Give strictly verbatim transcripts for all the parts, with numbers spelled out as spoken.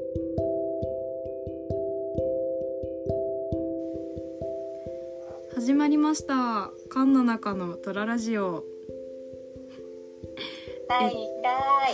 始まりました。缶の中のトララジオ第第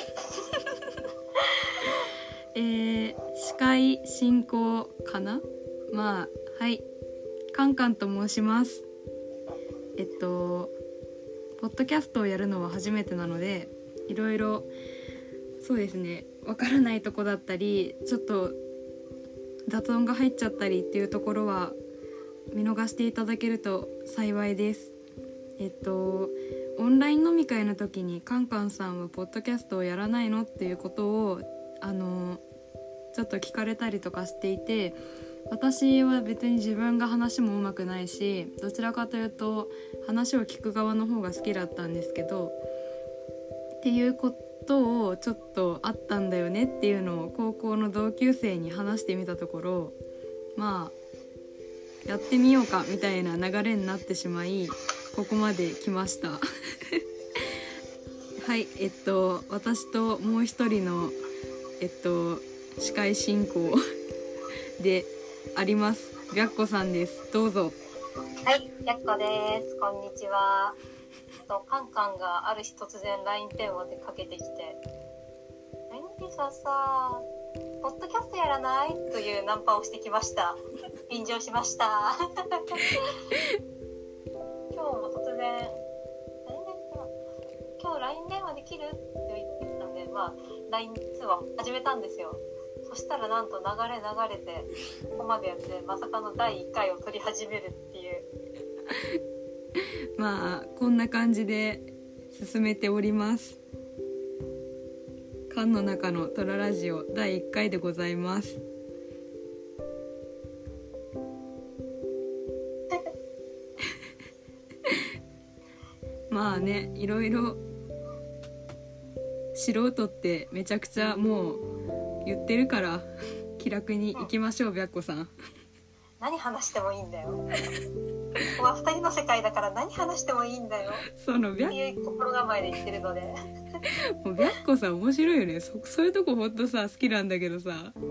えー、司会進行かな。まあはいカンカンと申します。えっとポッドキャストをやるのは初めてなので、いろいろそうですねわからないとこだったり、ちょっと雑音が入っちゃったりっていうところは見逃していただけると幸いです。えっとオンライン飲み会の時にカンカンさんはポッドキャストをやらないのっていうことをあのちょっと聞かれたりとかしていて、私は別に自分が話も上手くないし、どちらかというと話を聞く側の方が好きだったんですけど、っていうことをちょっとあったんだよねっていうのを高校の同級生に話してみたところ、まあやってみようかみたいな流れになってしまい、ここまで来ましたはいえっと私ともう一人のえっと司会進行であります白子さんです。どうぞ。 はい、白子です。こんにちは。とカンカンがある日突然 ライン 電話でかけてきて、ライン でささポッドキャストやらないというナンパをしてきました。便乗しました今日も突然今日 ライン 電話できるって言ってたんで、まあ ライン 通話始めたんですよ。そしたらなんと流れ流れてここまでやって、まさかのだいいっかいを撮り始めるっていうまあこんな感じで進めております。缶の中のトララジオだいいっかいでございますまあね、いろいろ素人ってめちゃくちゃもう言ってるから気楽に行きましょう、白子さん。 何話してもいいんだよここはふたりの世界だから何話してもいいんだよその白っていう心構えで言ってるのでもう白子さん面白いよね。 そ, そういうとこほんとさ好きなんだけどさ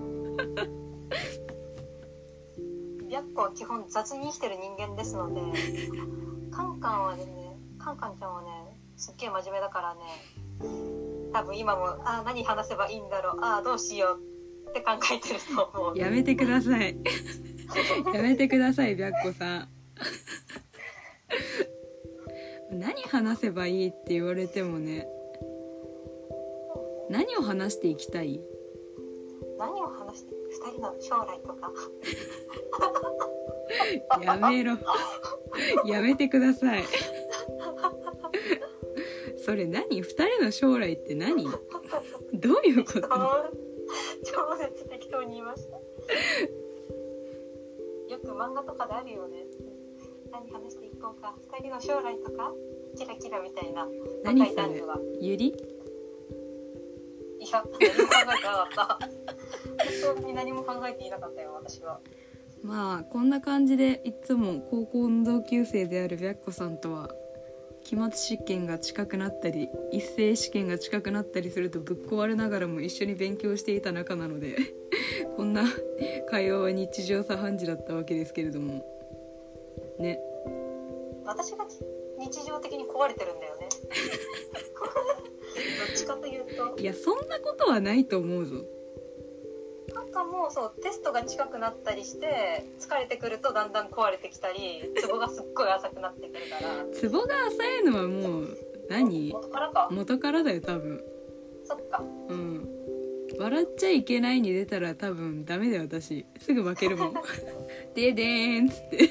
白子は基本雑に生きてる人間ですので、カンカンはねカンカンちゃんはねすっげえ真面目だからね、多分今もあ何話せばいいんだろう、あどうしようって考えてると思う。 やめてくださいやめてください白子さん何話せばいいって言われてもね、何を話していきたい？ 何を話してふたりの将来とかやめろやめてくださいそれ何？ふたりの将来って何？どういうこと？ 超絶適当に言いましたよく漫画とかであるよね。何話していこうか、ふたりの将来とかキラキラみたいな。 何それ？ゆり？ いや、何も考えてなかった本当に何も考えていなかったよ私は。 まあこんな感じでいつも高校の同級生である白子さんとは期末試験が近くなったり一斉試験が近くなったりするとぶっ壊れながらも一緒に勉強していた仲なのでこんな会話は日常茶飯事だったわけですけれどもね。 私が日常的に壊れてるんだよねどっちかというと。 いやそんなことはないと思うぞ。 なんかもうそうテストが近くなったりして疲れてくるとだんだん壊れてきたり、ツボがすっごい浅くなってくるからツボが浅いのはもう何？ 元からか。 元からだよ多分。 そっか。 うん。笑っちゃいけないに出たら多分ダメだよ私。すぐ負けるもんででーんっつって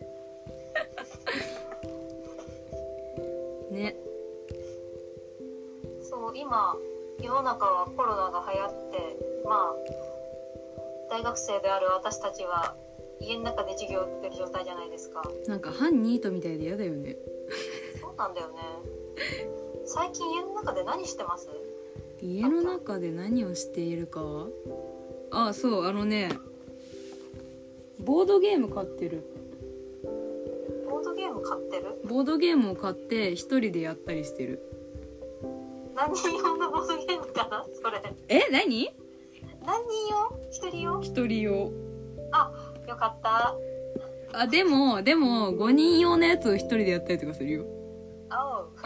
ね。 そう今世の中はコロナが流行って、まあ大学生である私たちは家の中で授業を受けてる状態じゃないですか。 なんか反ニートみたいで嫌だよねそうなんだよね。最近家の中で何してます？ 家の中で何をしているか。あ、そうあのねボードゲーム買ってる。 ボードゲーム買ってる？ ボードゲームを買って一人でやったりしてる。 何用のボードゲームかなそれ。 え、何？ 何人よ？一人よ？ 一人用。 あ、よかった。 あ、でもでもごにん用のやつを一人でやったりとかするよ。 おう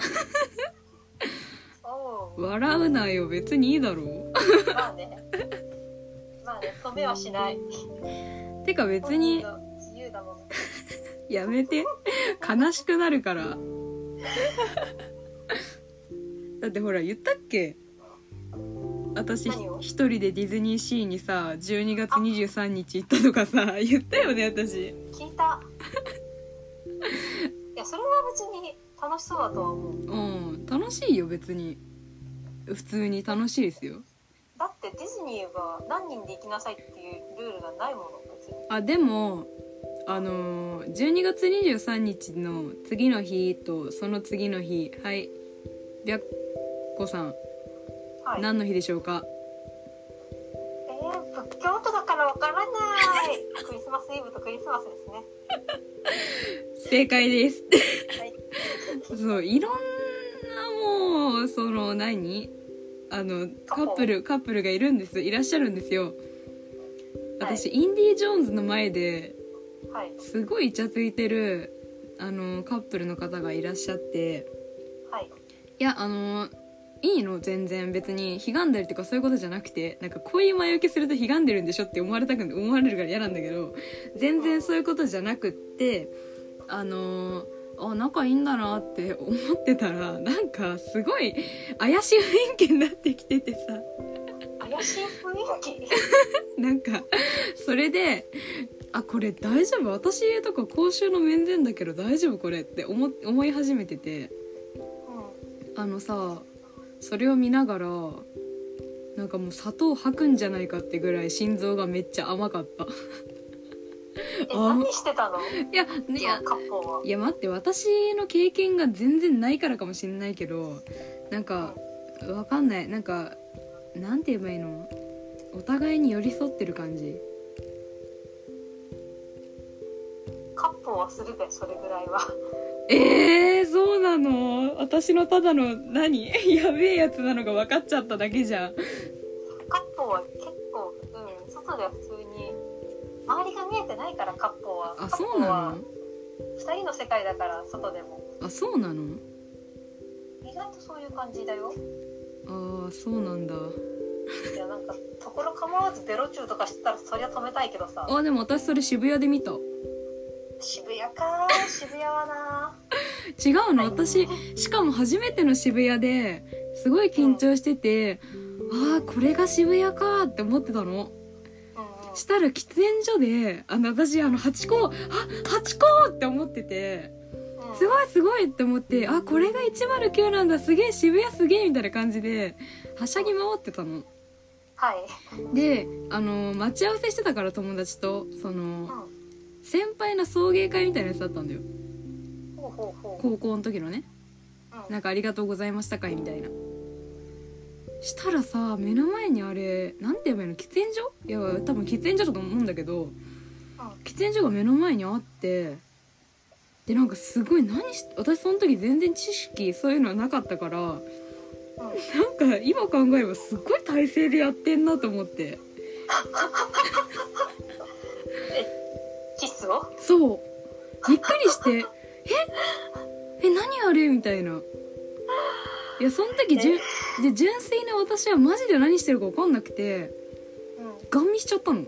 おう、 笑うなよ、別にいいだろう。 まあねまあね、止めはしない。 てか別に自由だもん。 やめて、悲しくなるからだってほら言ったっけ、私一人でディズニーシーにさじゅうにがつにじゅうさんにち行ったとかさ言ったよね私。 聞いた。いや、それは別に楽しそうだとは思う。 うん、楽しいよ別に。普通に楽しいですよ。 だってディズニーは何人で行きなさいっていうルールがないもの、別に。 あ、でもあのー、じゅうにがつにじゅうさんにちの次の日とその次の日、はい、白子さん、 はい、 何の日でしょうか？ えー、仏教徒だからわからないクリスマスイブとクリスマスですね。 正解ですはい、 そう、いろんなもうその何あのカップルカップルがいるんです、いらっしゃるんですよ。私、はい、インディ・ジョーンズの前ですごいイチャついてるあのカップルの方がいらっしゃって、 はい、 いやあのいいの全然、別にひがんだりとかそういうことじゃなくて、なんかこういう前受けするとひがんでるんでしょって思われたく思われるから嫌なんだけど、全然そういうことじゃなくって、あのあ仲いいんだなって思ってたら、なんかすごい怪しい雰囲気になってきててさ怪しい雰囲気なんかそれで、あ、これ大丈夫、私とか公衆の面前だけど大丈夫これって思、思い始めてて、うん、あのさ、それを見ながらなんかもう砂糖吐くんじゃないかってぐらい心臓がめっちゃ甘かったえ、何してたの？ いやいやいや待って、私の経験が全然ないからかもしれないけど、なんかわかんない、なんかなんて言えばいいの、お互いに寄り添ってる感じ。 カッポはするべ、それぐらいは。 えー、そうなの？私のただの何やべえやつなのが分かっちゃっただけじゃん。 カッポは結構、うん、外では普通に周りが見えてないから、カッポは。 あ、そうなの？ ふたりの世界だから、外でも。 あ、そうなの？ 意外とそういう感じだよ。 ああ、そうなんだ。 いや、なんかところ構わずベロチューとかしてたらそりゃ止めたいけどさ。 あ、でも私それ渋谷で見た。 渋谷かー、渋谷はな違うの、私しかも初めての渋谷ですごい緊張してて、うん、あーこれが渋谷かーって思ってたの、うんうん、したら喫煙所であの私あのハチ公、あハチ公って思ってて、うん、すごいすごいって思って、あこれがいちまるきゅうなんだ、すげえ渋谷すげえみたいな感じではしゃぎ回ってたの。 はい。 であの待ち合わせしてたから、友達とその、うん、先輩の送迎会みたいなやつだったんだよ。 ほうほうほう。 高校の時のね、 うん、 なんかありがとうございました会みたいな。したらさ、目の前にあれなんて言えばいいの、喫煙所、いや多分喫煙所だと思うんだけど、うん、喫煙所が目の前にあって、でなんかすごい何し、私その時全然知識そういうのはなかったから、うん、なんか今考えればすっごい体勢でやってんなと思ってえ、キスを？ そうびっくりしてええ何あれみたいな。いやその時じゅで純粋な私はマジで何してるか分かんなくて、うん、ガン見しちゃったの、うん、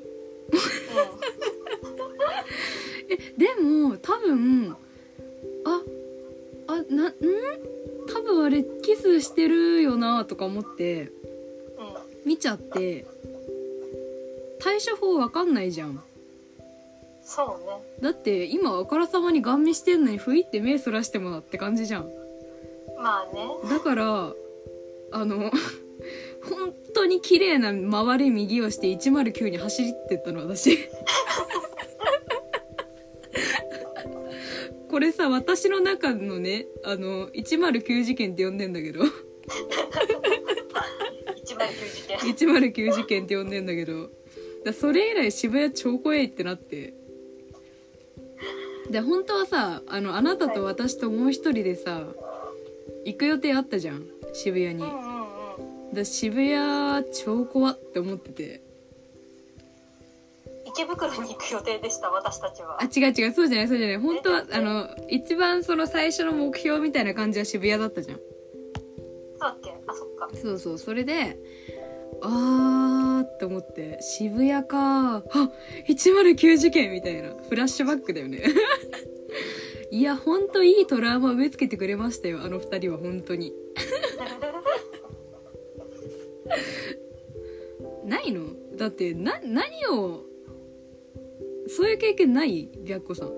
えでも多分ああなん多分あれキスしてるよなとか思って、うん、見ちゃって対処法分かんないじゃん。 そうね。 だって今あからさまにガン見してんのにふいって目そらしてもらって感じじゃん。 まあね。 だからあの本当に綺麗な回り右をしていちまるきゅうに走ってったの私これさ私の中のねあのいちまるきゅう事件って呼んでんだけどいちまるきゅう事件いちまるきゅう事件って呼んでんだけど、だそれ以来渋谷超怖いってなって、で本当はさあのあなたと私ともう一人でさ、はい、行く予定あったじゃん渋谷に、うんうんうん、だ渋谷超怖って思ってて池袋に行く予定でした、私たちは。 あ、違う違う、そうじゃないそうじゃない、本当はあの一番その最初の目標みたいな感じは渋谷だったじゃん。 そうだっけ。あ、そっか。 そうそう、それであーって思って、渋谷かあ、いちまるきゅう事件みたいなフラッシュバックだよねいやほんといいトラウマ植え付けてくれましたよ、あの二人は本当にないのだってな、何をそういう経験ない？白子さん。 えー、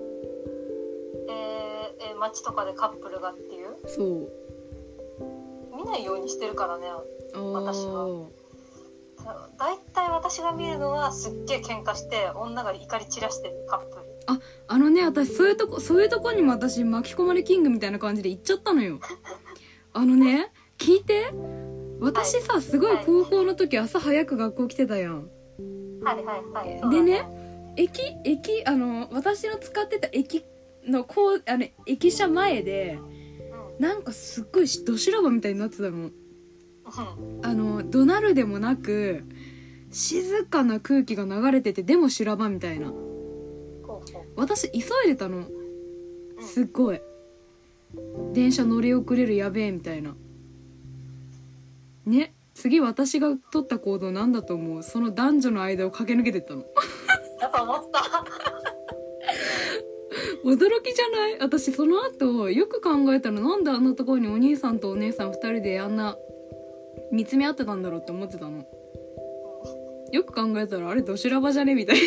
えー、街とかでカップルがっていう？ そう見ないようにしてるからね、私は。だいたい私が見るのはすっげえ喧嘩して女が怒り散らしてるカップル。 あ、あのね、私そういうとこそういうとこにも私巻き込まれキングみたいな感じで行っちゃったのよあのね、聞いて、私さ、はい、すごい高校の時、はい、朝早く学校来てたやん。 はいはいはい。 でね、駅駅あの私の使ってた駅のこうあの駅舎前で、うん、なんかすっごいど修羅場みたいになってたの、うん、あの怒鳴るでもなく静かな空気が流れてて、でも修羅場みたいな。私急いでたの、すっごい、電車乗り遅れるやべえみたいなね。次私が取った行動なんだと思う？その男女の間を駆け抜けてったのだと思った驚きじゃない？私その後よく考えたら、なんであんなところにお兄さんとお姉さんふたりであんな見つめ合ってたんだろうって思ってたの。よく考えたらあれどしらばじゃねみたいな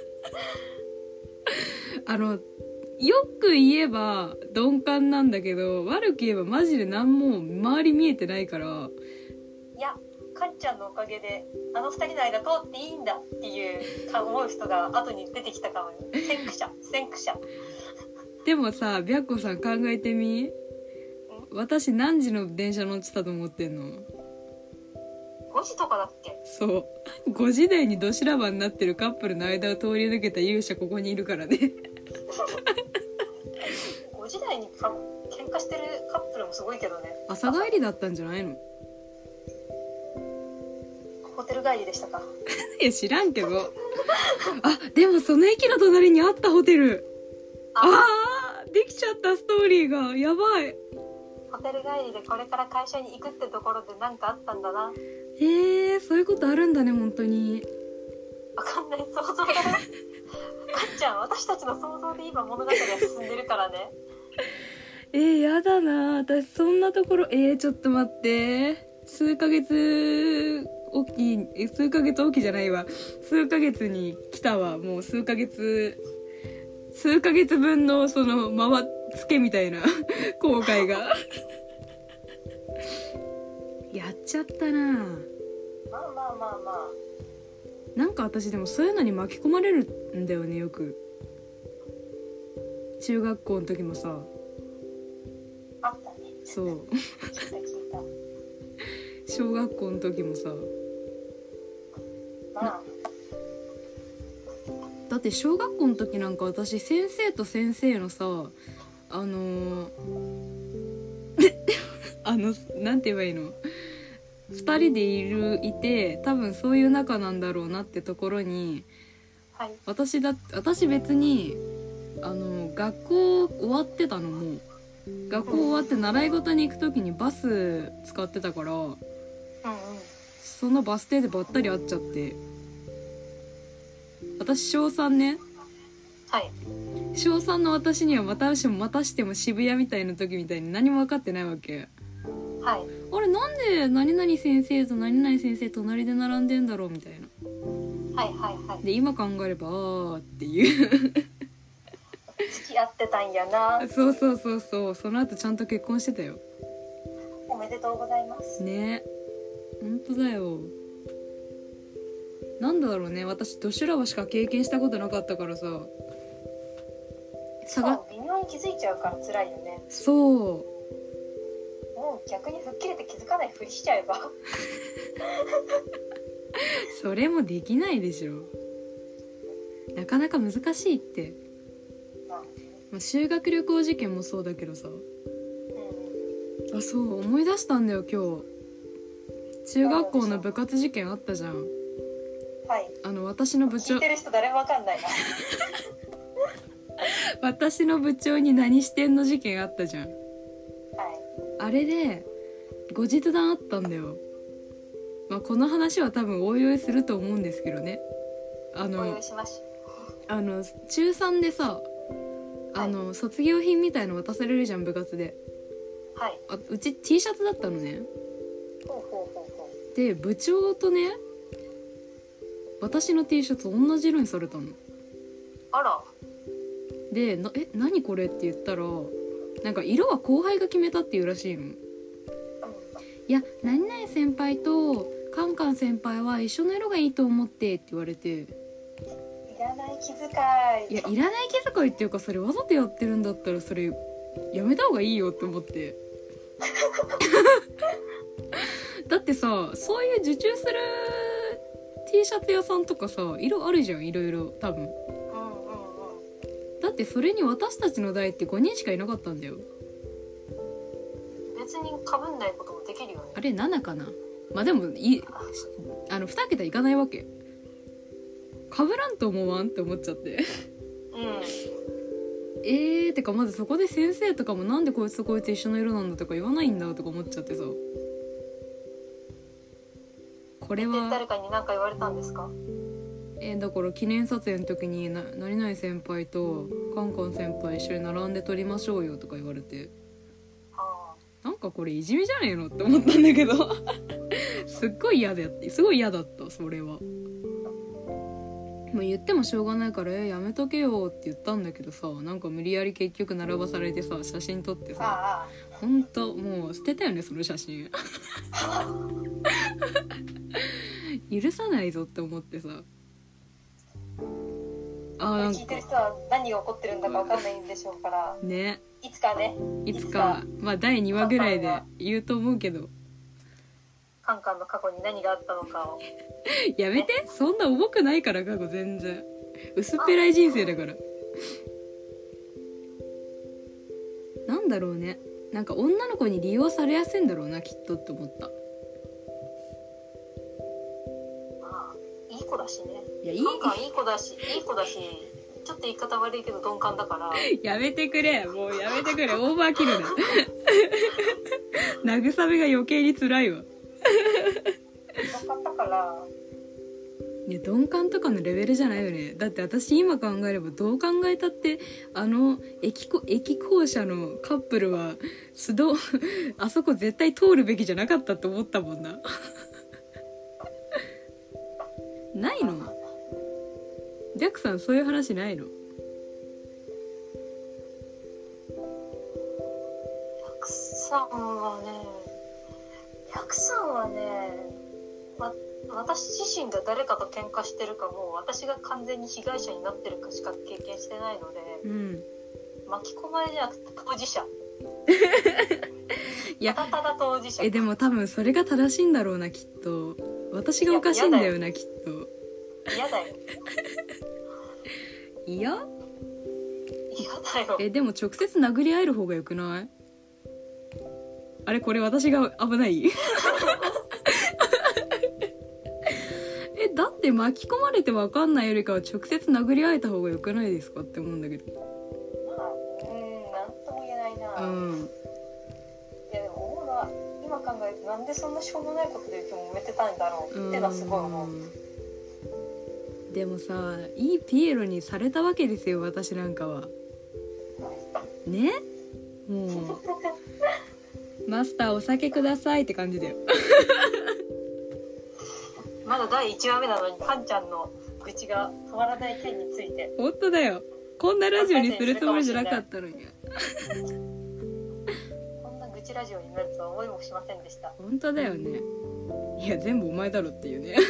あのよく言えば鈍感なんだけど、悪く言えばマジで何も周り見えてないから。 いや、かんちゃんのおかげであの二人の間通っていいんだっていう思う人が後に出てきたかもに。先駆者先駆者でもさ、白子さん考えてみ、私何時の電車乗ってたと思ってんの？ ごじとかだっけ？ そう、ごじ台にどしらばになってるカップルの間を通り抜けた勇者ここにいるからねごじ台にか喧嘩してるカップルもすごいけどね。 朝帰りだったんじゃないの？ ホテル帰りでしたか？ いや知らんけどあ、でもその駅の隣にあったホテル。ああー、できちゃったストーリーがやばい。 ホテル帰りでこれから会社に行くってところで何かあったんだな。 へえー、そういうことあるんだね、本当に。 わかんない、想像だよかっちゃん、私たちの想像で今物語が進んでるからねえー、やだな、私そんなところ。えー、ちょっと待って、数ヶ月おき、え数ヶ月おきじゃないわ、数ヶ月に来たわ。もう数ヶ月数ヶ月分のその回つけみたいな後悔がやっちゃったな。 まあまあまあまあ、 なんか私でもそういうのに巻き込まれるんだよね、よく。中学校の時もさ。 あったね。 そう聞いた聞いた小学校の時もさ、 まあ、 だって小学校の時なんか私先生と先生のさ、あのー、あのなんて言えばいいの、ふたりでいるいて多分そういう仲なんだろうなってところに、 はい、 私だ私別にあの学校終わってたの、もう学校終わって習い事に行く時にバス使ってたから、うんうん、そのバス停でばったり会っちゃって、私小さんね、 はい、 小さんの私にはまたしてもまたしても渋谷みたいな時みたいに何も分かってないわけ。 はい、 あれなんで何々先生と何々先生隣で並んでんだろうみたいな。 はいはいはい。 で今考えればあーっていう付き合ってたんやな。 そうそうそうそう、その後ちゃんと結婚してたよ。 おめでとうございますね。本当だよ。なんだろうね、私ドシュラバしか経験したことなかったからさ。 しかも微妙に気づいちゃうから辛いよね。 そう。 もう逆に吹っ切れて気づかないふりしちゃえばそれもできないでしょ。なかなか難しいって。まあ、修学旅行事件もそうだけどさ、うん、あ、そう思い出したんだよ今日。中学校の部活事件あったじゃん。ははい、 あの私の部長聞いてる人誰もわかんないな私の部長に何してんの事件あったじゃん。 はい、 あれで後日談あったんだよ。まあこの話は多分おいおいすると思うんですけどね。あのおいおいしましあの中さんでさ、あの、はい、卒業品みたいの渡されるじゃん部活で。 はい。 あ、うち T シャツだったのね。 ほうほうほうほう。 で部長とね、私の T シャツ同じ色にされたの。 あら。 でなえ何これって言ったら、なんか色は後輩が決めたっていうらしいの。うん、いや何々先輩とカンカン先輩は一緒の色がいいと思ってって言われて、 いらない気遣い。 いやいらない気遣いっていうか、それわざとやってるんだったらそれやめた方がいいよって思ってだってさ、そういう受注する T シャツ屋さんとかさ、色あるじゃん、いろいろ多分。だってそれに私たちの代ってごにんしかいなかったんだよ。 別に被んないこともできるよね。 あれななかな。まあでもいあのに桁いかないわけ。被らんと思わんって思っちゃってうんえーてか、まずそこで先生とかもなんでこいつとこいつ一緒の色なんだとか言わないんだとか思っちゃってさ。これは誰かに何か言われたんですか？ えー、だから記念撮影の時にな何々先輩とカンカン先輩一緒に並んで撮りましょうよとか言われて、 あなんかこれいじめじゃねえのって思ったんだけどすっごい嫌だってすごい嫌だったそれは。もう言ってもしょうがないからえやめとけよって言ったんだけどさ、なんか無理やり結局並ばされてさ、写真撮ってさ、ほんともう捨てたよねその写真許さないぞって思ってさ。 あ、なんか聞いてる人は何が起こってるんだか分かんないんでしょうからね、 いつかねいつかまあだいにわぐらいで言うと思うけど、 カンカンの過去に何があったのかをやめて、ね、そんな重くないから過去全然薄っぺらい人生だから。なんだろうね、なんか女の子に利用されやすいんだろうなきっとって思った。 まあいい子だしね。 いやいいカンカンいい子だしいい子だしちょっと言い方悪いけど鈍感だからやめてくれ、もうやめてくれ、オーバーキルだ慰めが余計に辛いわ鈍感だからいや鈍感とかのレベルじゃないよね。だって私今考えればどう考えたってあの駅こ駅校舎のカップルは素通あそこ絶対通るべきじゃなかったと思ったもんなないの？ジャックさんそういう話ないの？ジャクさんはねジャクさんはね、ま、私自身が誰かと喧嘩してるかも私が完全に被害者になってるかしか経験してないので、 うん、 巻き込まれじゃなくて当事者いやただただ当事者。 えでも多分それが正しいんだろうなきっと。私がおかしいんだよなきっと。 嫌だよ嫌？ 嫌だよ。 えでも直接殴り合える方がよくない？あれこれ私が危ないえだって巻き込まれて分かんないよりかは直接殴り合えた方がよくないですかって思うんだけど。 まあうんなんとも言えないな。 うんいやでも思うのは今考えるとなんでそんなしょうもないことで揉めてたんだろうってのはすごい思う。 でもさいいピエロにされたわけですよ私なんかはね。もうマスターお酒くださいって感じだよまだだいいちわめなのにカンちゃんの愚痴が止まらない件について。 本当だよ、こんなラジオにするつもりじゃなかったのにこんな愚痴ラジオになるとは思いもしませんでした。 本当だよね。いや全部お前だろっていうね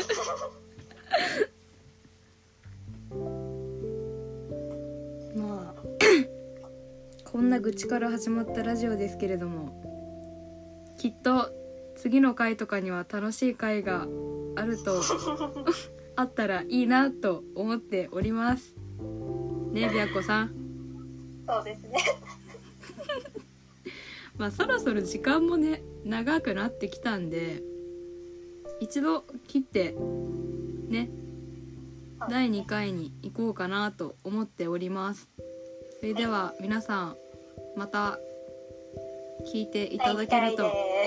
まあこんな愚痴から始まったラジオですけれども、きっと次の回とかには楽しい回があるとあったらいいなと思っておりますね、びゃっこさん。 そうですねまあそろそろ時間もね長くなってきたんで一度切ってねだいにかいに行こうかなと思っております。それでは皆さんまた聞いていただけると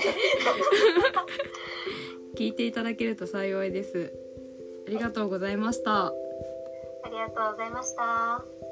聞いていただけると幸いです。ありがとうございました。 ありがとうございました。